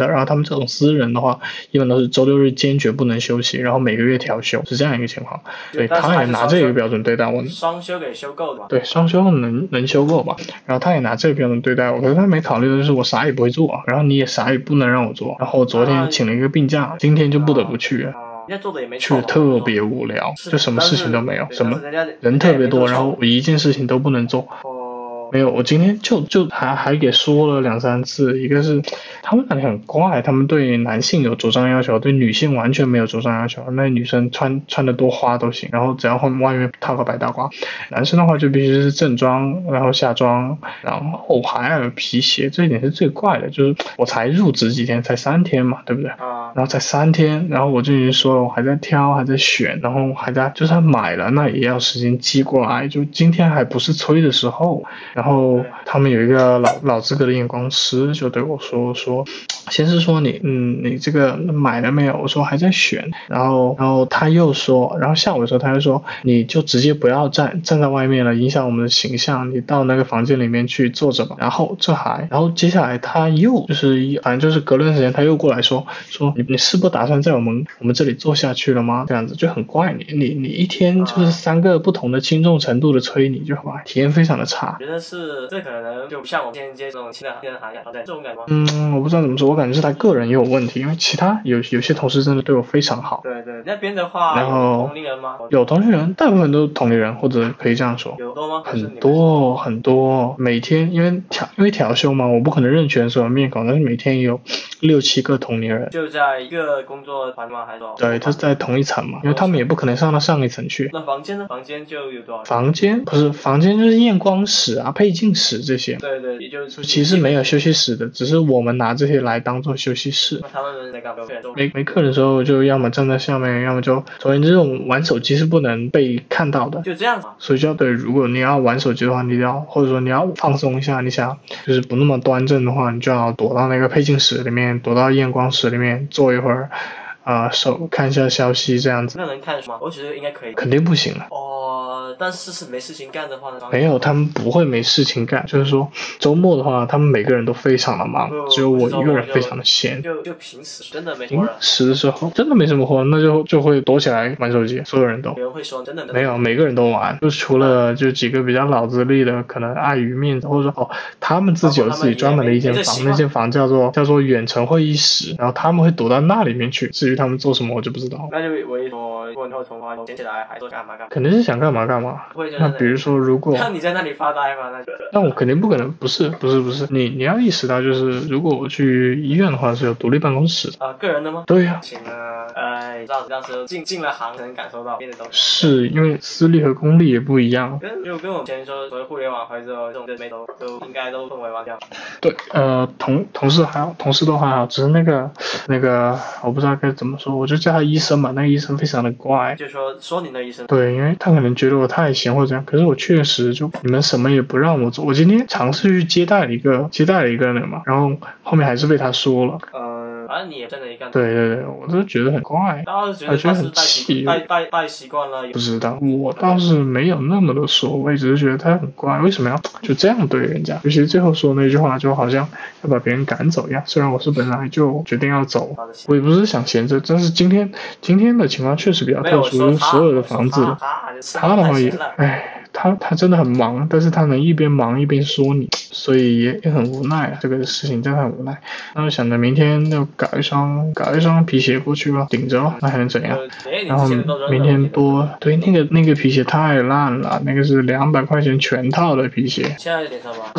们这种私人的话，一般都是周六日坚决不能休息，然后每个月调休，是这样一个情况。对，他也拿这个标准对待我。 双休给休够的嘛？ 对，双休能休够吧？然后他也拿这个标准对待我，可是他没考虑的就是我啥也不会做，然后你也啥也不能让我做。然后我昨天请了一个病假，今天就不得不去。 人家做的也没错， 去特别无聊，就什么事情都没有，什么人特别多，然后我一件事情都不能做。没有，我今天就还给说了2-3次，一个是他们感觉很怪，他们对男性有着装要求，对女性完全没有着装要求，那女生穿的多花都行，然后只要外面套个白大褂，男生的话就必须是正装，然后下装，然后还要有皮鞋，这一点是最怪的，就是我才入职几天，才3天嘛，对不对？然后才3天，然后我就已经说了，我还在挑，还在选，然后还在就算买了，那也要时间寄过来，就今天还不是催的时候。然后他们有一个老资格的验光师就对我说，先是说你这个买了没有？我说还在选，然后他又说，然后下午的时候他又说，你就直接不要站在外面了，影响我们的形象，你到那个房间里面去坐着吧。然后接下来他又就是反正就是隔了段时间他又过来说你是不打算在我们这里坐下去了吗？这样子就很怪，你一天就是3个不同的轻重程度的催你，就好吧，体验非常的差。 觉得是这可能就不像我们现在接这种新的行业，这种感觉吗？我不知道怎么说，我感觉是他个人也有问题，因为其他有些同事真的对我非常好。 对，那边的话然后有同龄人吗？ 有同龄人，大部分都是同龄人，或者可以这样说。 有多吗？ 很多，每天因为调休嘛，我不可能认全所有面孔，但是每天有6-7个同龄人。 就在一个工作团吗？还是说？ 对，他是在同一层嘛，因为他们也不可能上到上一层去。 那房间呢？房间就有多少？ 房间就是验光室啊、配镜室这些。 对，也就是其实没有休息室的，只是我们拿这些来当做休息室。 那他们在干嘛？ 没课的时候就要么站在下面，要么就总而言之，这种玩手机是不能被看到的。 就这样子。 所以就要对，如果你要玩手机的话，你要或者说你要放松一下，你想就是不那么端正的话，你就要躲到那个配镜室里面，躲到验光室里面坐一会儿。手看一下消息这样子。 那能看吗？我觉得应该可以。 肯定不行了。 但是没事情干的话呢？ 没有，他们不会没事情干，就是说周末的话，他们每个人都非常的忙，只有我一个人非常的闲。 就平时真的没活了。 平时的时候真的没什么活，那就会躲起来玩手机，所有人都。 有人会说真的没有，每个人都玩，就除了就几个比较脑子力的，可能碍于面子，或者说他们自己有自己专门的一间房，那间房叫做远程会议室，然后他们会躲到那里面去。至于他们做什么，我就不知道。 那就我一说，如果你后从话捡起来还说干嘛？ 肯定是想干嘛。那比如说，如果你在那里发呆吗？ 那我肯定不可能，不是，你要意识到，就是如果我去医院的话，是有独立办公室的。 个人的吗？ 对呀。 行啊，你到时候进了行才能感受到别的东西。 是因为私立和公立也不一样。 跟我们前说，所谓互联网之后，这种妹都应该都氛围完掉。 对，同事还好，同事都还好，只是那个我不知道该怎么说，我就叫他医生吧，那个医生非常的怪。 就说你的医生。 对，因为他可能觉得我太闲或者怎样，可是我确实就你们什么也不让我做。我今天尝试去接待了一个人嘛，然后后面还是被他说了。 反正你也真的一干。 对，我都觉得很怪， 我觉得很气，带习惯了。 不知道，我倒是没有那么的所谓，只是觉得他很怪，为什么要就这样对人家？尤其最后说那句话，就好像要把别人赶走一样。虽然我是本来就决定要走，我也不是想闲着，但是今天的情况确实比较特殊，所有的房子，他的话也，他真的很忙，但是他能一边忙一边说你，所以也很无奈啊，这个事情真的很无奈。那我想着明天就搞一双皮鞋过去吧，顶着吧，那还能怎样？然后明天对那个皮鞋太烂了，那个是200块钱全套的皮鞋。 现在几点上班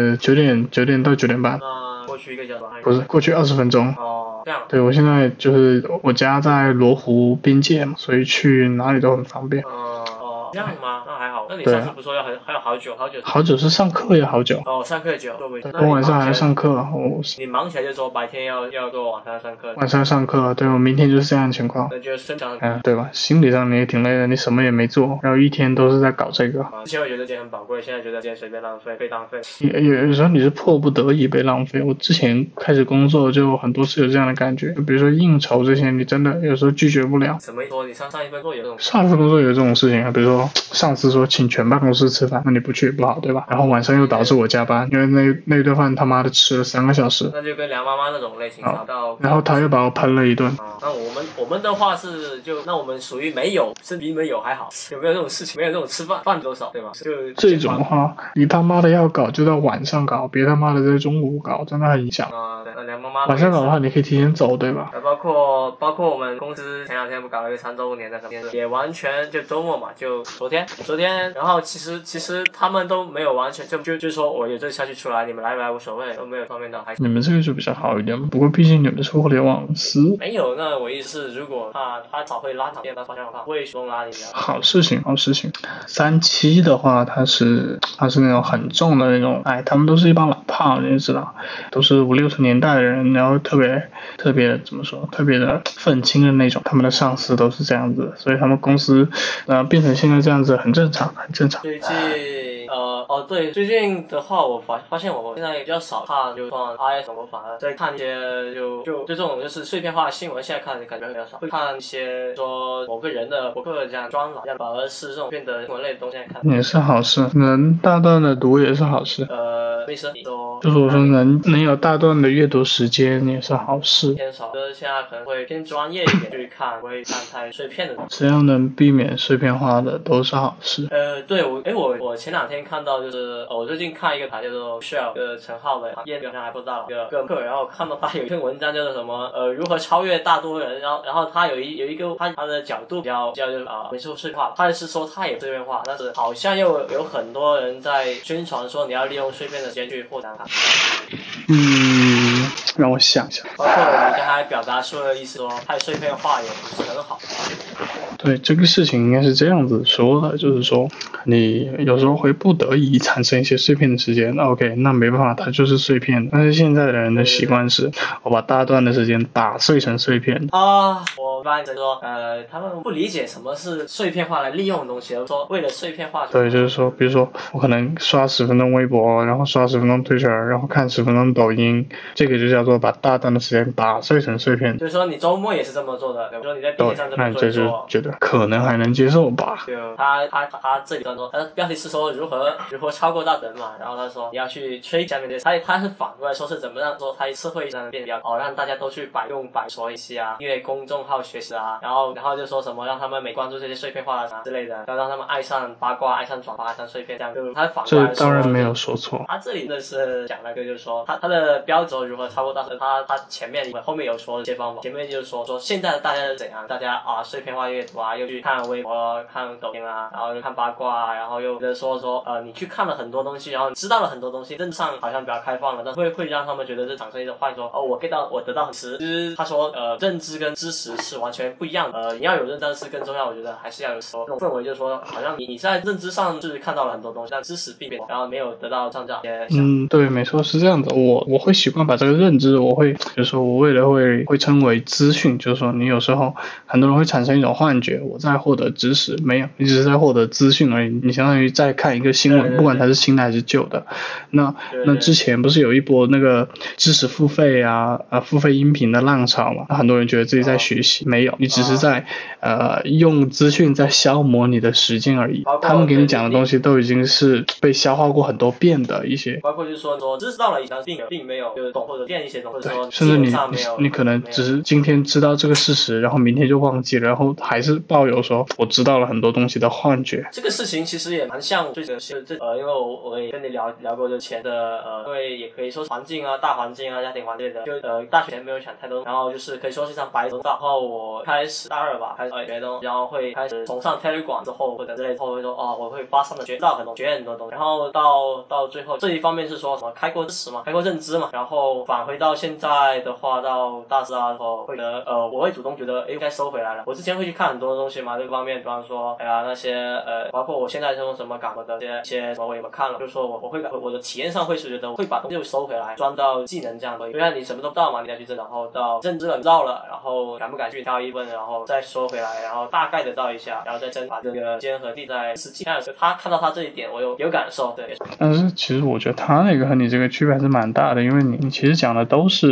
？9点到9点半。 过去1个小时？ 不是，过去20分钟。 这样。 对，我现在就是我家在罗湖边界嘛，所以去哪里都很方便。 这样吗？那还好。那你上次不说还有好久？ 好久是上课要好久。 上课久。 我晚上还要上课。 你忙起来就说白天要做，晚上上课。 晚上上课，对，我明天就是这样的情况。 那就正常。 对吧？心理上你也挺累的，你什么也没做，然后一天都是在搞这个。 之前我觉得钱很宝贵，现在觉得钱随便浪费，被浪费。 有时候你是迫不得已被浪费。我之前开始工作就很多次有这样的感觉，比如说应酬这些，你真的有时候拒绝不了。 什么意思？你上一份工作有这种？ 上一份工作有这种事情啊，比如说说上司说请全办公室吃饭，那你不去也不好，对吧？然后晚上又导致我加班，因为那一顿饭他妈的吃了3个小时。 那就跟梁妈妈那种类型差到。 然后他又把我喷了一顿。 那我们的话是那我们属于没有，甚至比没有还好。有没有这种事情？没有这种吃饭多少，对吧？就这种话，你他妈的要搞就到晚上搞，别他妈的在中午搞，真的很影响。 那梁妈妈晚上搞的话，你可以提前走，对吧？ 包括我们公司前2天不搞了一个3周年的什么，也完全就周末嘛，就昨天，然后其实他们都没有完全就说我有这个消息出来，你们来不来无所谓，都没有方面到。 你们这个就比较好一点，不过毕竟你们是互联网公司。 没有，那我意思是，如果他早会拉长电的方向的话，会主动拉你的。 好事情。37的话，他是那种很重的那种，他们都是一帮老炮，你知道，都是50、60年代的人，然后特别怎么说，特别的愤青的那种，他们的上司都是这样子，所以他们公司变成现在这样子很正常。 最近对，最近的话，我发现我现在比较少看，就算 IS， 我反而在看一些就这种就是碎片化的新闻，现在看感觉比较少，会看一些说某个人的博客这样专栏，反而是这种变得新闻类的东西看。 也是好事，能大段的读也是好事。 没事，你说就是我说能有大段的阅读时间也是好事。 偏少，就是现在可能会偏专业一点去看，不会看太碎片的东西。 只要能避免碎片化的都是好事。 对，我前2天看到就是我最近看一个台叫做 Shell 陈浩的业好像还不知道一个课，然后看到他有一篇文章叫做什么如何超越大多人，然后他有一个他的角度比较没错碎片化，他是说他也碎片化，但是好像又有很多人在宣传说你要利用碎片的时间去获得它。 让我想想。 包括你刚才表达出的意思说太碎片化也不是很好。 对，这个事情应该是这样子说的，就是说你有时候会不得已产生一些碎片的时间 ，OK， 那没办法，它就是碎片。但是现在的人的习惯是，我把大段的时间打碎成碎片。 我发现说，他们不理解什么是碎片化来利用的东西，而说为了碎片化。 对，就是说，比如说我可能刷10分钟微博，然后刷10分钟Twitter，然后看10分钟抖音，这个就叫做把大段的时间打碎成碎片。 就是说你周末也是这么做的，比如说你在地铁上这么做。 这就觉得可能还能接受吧。 就他这里说，他的标题是说如何超过大人嘛，然后他说你要去吹下面的，他是反过来说是怎么让说他社会上变得比较让大家都去用说一些因为公众号学习然后就说什么让他们没关注这些碎片化之类的，要让他们爱上八卦、爱上转发、爱上碎片，这样就他反过来说。 这当然没有说错。 他这里的是讲那个就是说他的标准如何超过大人，他前面后面有说一些方法，前面就是说现在的大家是怎样，大家碎片化阅读又去看微博、看抖音然后又看八卦然后又说你去看了很多东西，然后你知道了很多东西，政治上好像比较开放了，但会让他们觉得这产生一种幻觉说我得到很实。其实他说认知跟知识是完全不一样的，你要有认知，但是更重要我觉得还是要有说这种氛围，就是说好像你在认知上就是看到了很多东西，但知识并没有，然后没有得到上涨。 对，没错，是这样的。我会习惯把这个认知，就是说我为了会称为资讯，就是说你有时候很多人会产生一种幻觉，我在获得知识，没有，你只是在获得资讯而已，你相当于在看一个新闻，不管它是新的还是旧的。那之前不是有一波那个知识付费付费音频的浪潮嘛？很多人觉得自己在学习，没有，你只是在用资讯在消磨你的时间而已。他们给你讲的东西都已经是被消化过很多遍的一些， 包括就是说知道了以上并没有就是懂或者变一些东西，或者说甚至你可能只是今天知道这个事实，然后明天就忘记了，然后还是抱有说我知道了很多东西的幻觉。 这个事情其实也蛮像最近因为我也跟你聊过就前的因为也可以说环境大环境家庭环境的，就大学前没有想太多，然后就是可以说是像白手套，然后我开始大2吧开始学东西，然后会开始崇尚 Telegram 之后或者之类之后会说我会发散的学很多东西，然后到最后这一方面是说什么开阔知识嘛，开阔认知嘛，然后返回到现在的话到大4之后会觉得我会主动觉得应该收回来了。我之前会去看很多东西嘛，这个方面比方说那些包括我现在用什么港的一些什么我也没看了，就是说我会我的体验上会是觉得我会把东西收回来装到技能这样的，因为你什么都不知道嘛，你再去认，然后到认知了知道了，然后敢不敢去挑一问，然后再收回来，然后大概的知道一下，然后再真把这个间和地在实际他看到他这一点我有感受。对， 但是其实我觉得他那个和你这个区别还是蛮大的，因为你其实讲的都是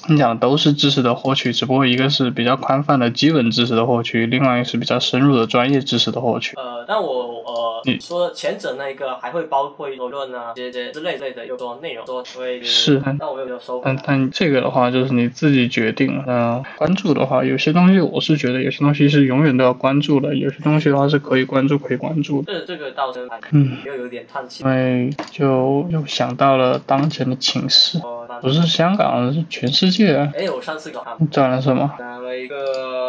你讲的都是知识的获取，只不过一个是比较宽泛的基本知识的获取，另外一个是比较深入的专业知识的获取。 但我说前者那个还会包括理论啊这些之类的，有说内容说会是， 但我有没有收？ 但这个的话就是你自己决定了。关注的话，有些东西我是觉得有些东西是永远都要关注的，有些东西的话是可以关注的。 这个倒是又有点叹气。 因为就又想到了当前的情势，不是香港，是全世界。 我上次搞转了什么？ 转了一个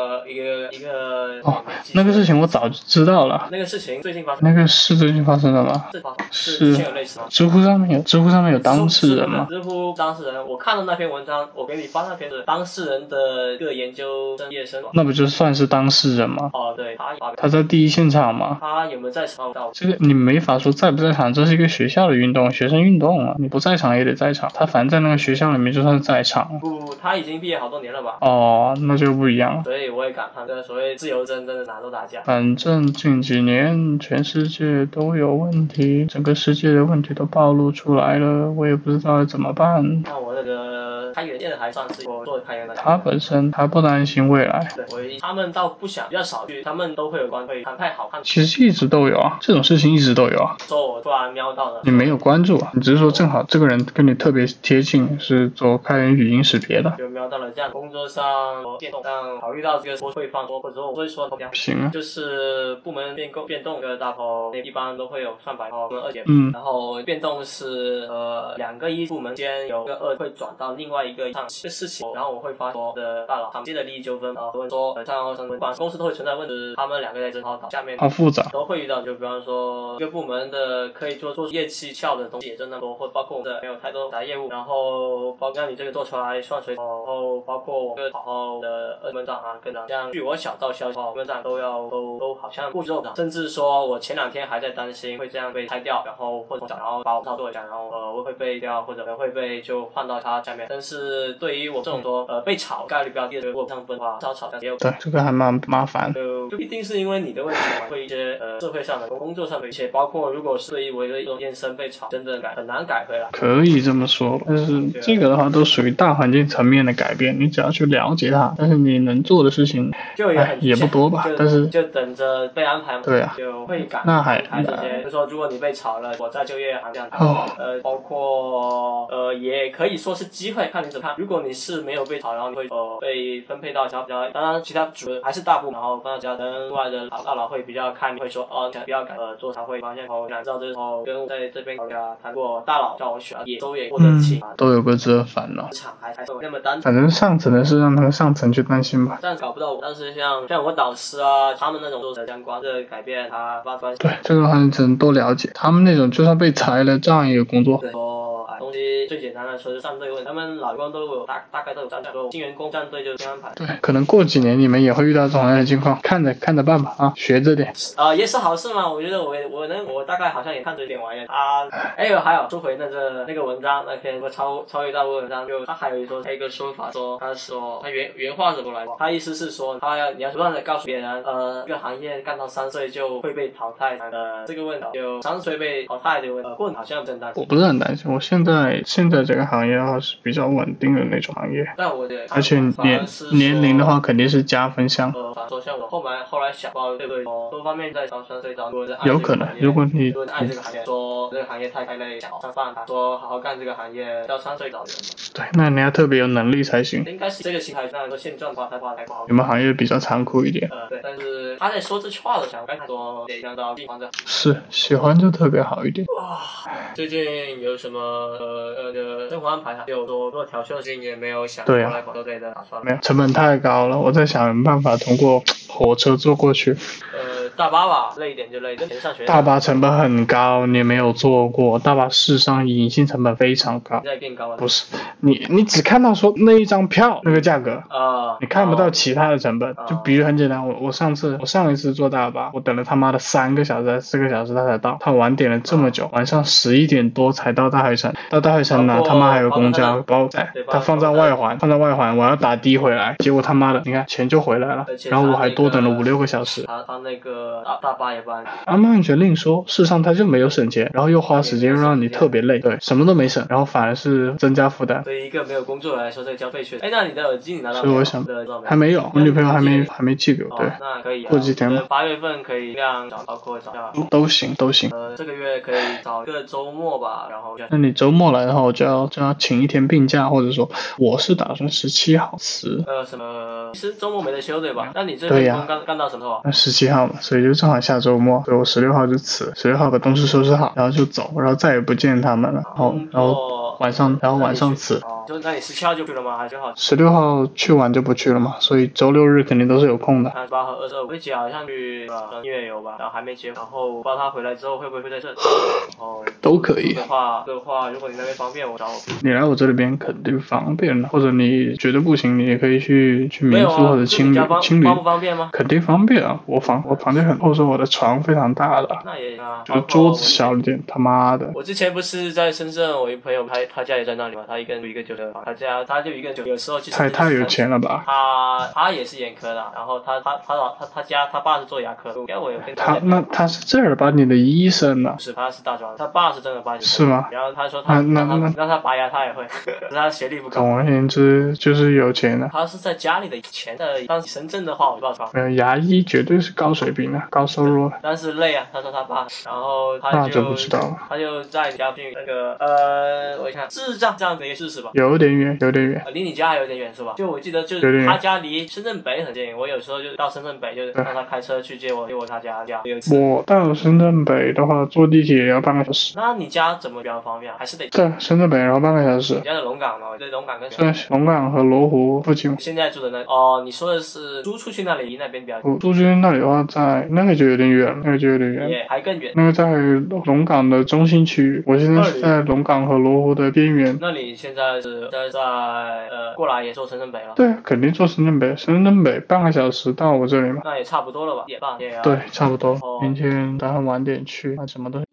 那个事情我早就知道了。 那个事情最近发生？ 那个是最近发生的吗？是。知乎上面有当事人吗？ 知乎当事人，我看到那篇文章，我给你发那篇是当事人的一个研究生业生。 那不就算是当事人吗？ 对， 他在第一现场吗？ 他有没有在场？ 这个你没法说在不在场，这是一个学校的运动，学生运动啊，你不在场也得在场。他反正在那个学校里面就算是在场。 不，他已经毕业好多年了吧？ 那就不一样了。 所以我也感叹，这所谓自由针真的哪都打架。 反正近几年全世界都有问题，整个世界的问题都暴露出来了，我也不知道怎么办。 那我那个开源店还算是我做开源的。 他本身他不担心未来。 对，他们倒不想比较少去，他们都会有关会看太好看。 其实一直都有啊，这种事情一直都有啊。 说我突然瞄到了。 你没有关注啊，你只是说正好这个人跟你特别贴近，是做开源语音识别的。 就瞄到了这样，工作上变动，让考虑到这个会放多，或者说我会说行啊， 就是部门变动的大头，一般都会有300号跟2减，然后变动是2个部门间有个2会转到另外一个上的事情，然后我会发说的大佬他们间的利益纠纷，然后会说像不管公司都会存在问题，他们2个在争吵，下面好复杂， 都会遇到，就比方说一个部门的可以做业绩效的东西也真的多，或包括我们的没有太多杂业务，然后包括你这个做出来算水，然后包括我们跑后的部门长啊，跟长，像据我小道消息，部门长都好像不做长，甚至说我前2天还在担心会这样被拆掉，然后或者然后把我操作一下，然后我会被掉，或者会被就换到他下面。但是对于我这种说被炒概率比较低的，如果上分的话，炒架也有。 对，这个还蛮麻烦。 就一定是因为你的问题嘛，会一些社会上的工作上的一些，包括如果是对于我的一种健身被炒，真的很难改回来。 可以这么说，但是这个的话都属于大环境层面的改变，你只要去了解它，但是你能做的事情就也不多吧。但是就等着被安排嘛。 对啊， 就会改。 那还这些，就说如果你被炒了，我再就业这样。包括也可以说是机会，看你怎么看。如果你是没有被炒，然后你会被分配到比较，当然其他主还是大部分，然后分到其他跟外的大佬会比较看，你会说不要改做茶会发现想知道这时候跟在这边谈过大佬叫我选也都也过得起都有个这烦恼。 场还那么单纯， 反正上层的事让他们上层去担心吧。 但搞不到我，但是像我导师啊，他们那种做的相关的改变，他发关系。 对，这个还是只能多了解。他们那种就算被裁了，照样也有工作。 对，东西最简单的说是站队问题，他们老员工都有大概都有站队，新员工站队就是先安排。 对，可能过几年你们也会遇到这种样的情况，看着办吧啊，学着点。 也是好事嘛，我觉得我大概好像也看着一点玩意还有说回那个文章那篇超越大部分文章，就他还有一个说法说，他说他原话是过来的，他意思是说你要不断的告诉别人这个行业干到3岁就会被淘汰这个问题，就3岁被淘汰的问题，好像不是很担心。 我不是很担心，我现在这个行业的话是比较稳定的那种行业， 但我觉得而且年龄的话肯定是加分项。 说像我后来想到对不对，多方面在招3岁招， 有可能，如果你爱这个行业，说这个行业太累，想上饭，说好好干这个行业，到3岁找人。 对，那你要特别有能力才行。 应该是这个心态上说现状太不好。 你们行业比较残酷一点。 对，但是他在说这句话的时候，刚才说得想到地方的。 是喜欢就特别好一点。 哇，最近有什么生活安排？有做调休的事情也没有想过来广州这里的打算。 没有，成本太高了，我在想办法通过火车坐过去。 大巴吧，累一点就累，跟上学。 大巴成本很高，你没有坐过。大巴事实上隐性成本非常高。 在变高了。 不是，你只看到说那一张票那个价格你看不到其他的成本。就比如很简单，我上一次坐大巴，我等了他妈的3个小时还是4个小时他才到，他晚点了这么久，晚上11点多才到大悦城。到大悦城呢，他妈还有公交把我载，他放在外环，我要打的回来，结果他妈的你看钱就回来了，然后我还多等了5-6个小时。 他那个个大巴也班。 安排安全另说，事实上他就没有省钱，然后又花时间让你特别累，对，什么都没省，然后反而是增加负担。 对于一个没有工作来说，这个交费确实。那你的耳机你拿到所以我想还没有，我女朋友还没寄给我。对， 那可以过几天吧。 8月份可以这样找，包括找都行。 这个月可以找一个周末吧，然后。 那你周末来的话，我就要请一天病假，或者说我是打算17号辞。 什么？其实周末没得休对吧？那你这份工干到什么时候啊？ 那17号嘛，所以就正好下周末，所以我16号就辞，16号把东西收拾好，然后就走，然后再也不见他们了。然后晚上辞。 就那你17号就去了吗？还是 16号去完就不去了嘛，所以周6日肯定都是有空的。 18和22，我姐好像去音乐游吧，然后还没结，然后不知道她回来之后会不会在这，然后都可以。 的话，如果你那边方便，我找我。 你来我这里边肯定方便的，或者你觉得不行，你也可以去民宿或者青旅。 方不方便吗？ 肯定方便啊，我房间很，或者说我的床非常大的。 那也啊， 就是桌子小一点，他妈的。 我之前不是在深圳，我一朋友他家也在那里嘛，他一个人9间房，他就一个人有时候其实太有钱了吧？ 他也是眼科的，然后他家他爸是做牙科的，应该我有跟他是正儿八经的医生呢。 不是，他是大专，他爸是正儿八经。 是吗？ 然后他说让他拔牙他也会，可是他学历不高。 总而言之就是有钱的。 他是在家里的钱的，当时深圳的话我不知道。 没有，牙医绝对是高水平的，高收入。 但是累啊，他说他爸，然后那就不知道了。 他就在家附近那个我一看智障这样的一个事实吧。 有点远。 离你家还有点远是吧？就我记得就是他家离深圳北很近，我有时候就到深圳北就让他开车去接我他家。 我到深圳北的话，坐地铁也要半个小时。 那你家怎么比较方便？还是得对，深圳北然后半个小时。 你家在龙岗吗？我在龙岗跟对，龙岗和罗湖附近。 现在住的你说的是租出去那里离那边比较近。租出去那里的话，在那个就有点远， 也还更远。 那个在龙岗的中心区域，我现在是在龙岗和罗湖的边缘。 那你现在是在过来也坐深圳北了？ 对，肯定坐深圳北，深圳北半个小时到我这里嘛。 那也差不多了吧？也半。 对，差不多。明天打算晚点去，什么东西。